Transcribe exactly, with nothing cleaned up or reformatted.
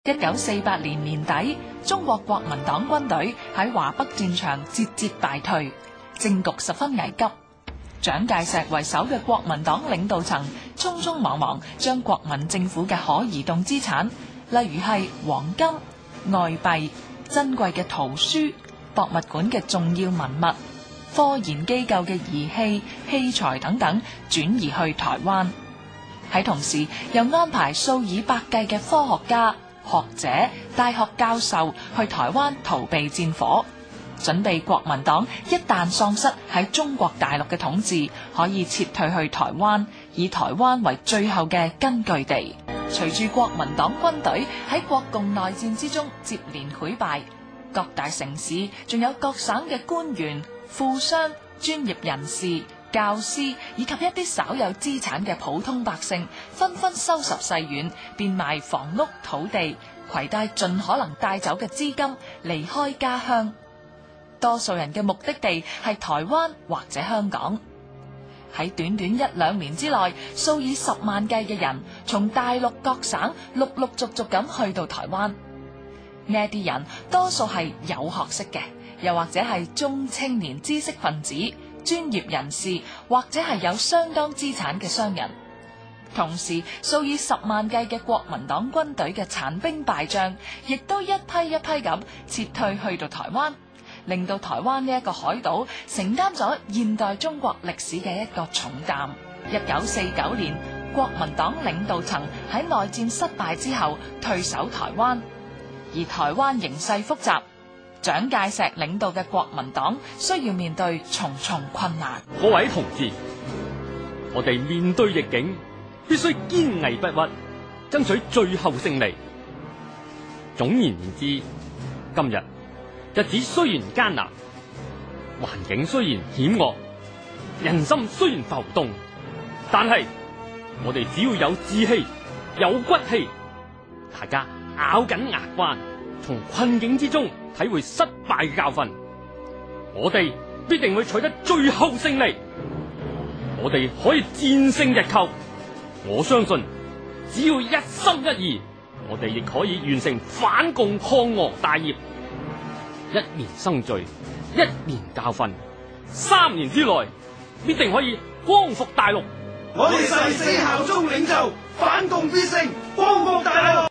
一九四八年年底，中國國民黨軍隊喺華北戰場節節敗退，政局十分危急。蔣介石為首嘅國民黨領導層匆匆忙忙將國民政府嘅可移動資產，例如係黃金、外幣、珍貴嘅圖書、博物館嘅重要文物、科研機構嘅儀器、器材等等，轉移去台灣。喺同時，又安排數以百計嘅科學家、學者、大學教授去台灣逃避戰火，準備國民黨一旦喪失喺中國大陸嘅統治，可以撤退去台灣，以台灣為最後嘅根據地。隨住國民黨軍隊喺國共內戰之中接連潰敗，各大城市仲有各省嘅官員、富商、專業人士、教師以及一啲稍有資產嘅普通百姓，紛紛收拾細軟，變賣房屋土地，攜帶盡可能帶走嘅資金離開家鄉。多數人嘅目的地係台灣或者香港。喺短短一兩年之內，數以十萬計嘅人從大陸各省陸陸續續咁去到台灣。呢啲人多數係有學識嘅，又或者係中青年知識分子、專業人士，或者係有相當資產嘅商人。同時，數以十萬計嘅國民黨軍隊嘅殘兵敗將，亦都一批一批咁撤退去到台灣，令到台灣呢一個海島承擔咗現代中國歷史嘅一個重擔。一九四九年，國民黨領導層喺內戰失敗之後退守台灣，而台灣形勢複雜，蔣介石領導嘅國民黨需要面對重重困難。 各位同志，我哋面對逆境，必須堅毅不屈，爭取最後勝利。總而言之，今日日子雖然艱難，環境雖然險惡，人心雖然浮動，但係我哋只要有志氣、有骨氣，大家咬緊牙關，從困境之中體會失敗嘅教訓，我哋必定會取得最後勝利。我哋可以戰勝日寇，我相信只要一心一意，我哋亦可以完成反共抗俄大業。一年生聚，一年教訓，三年之內必定可以光復大陸。 我哋誓死效忠領袖，反共必勝，光復大陸。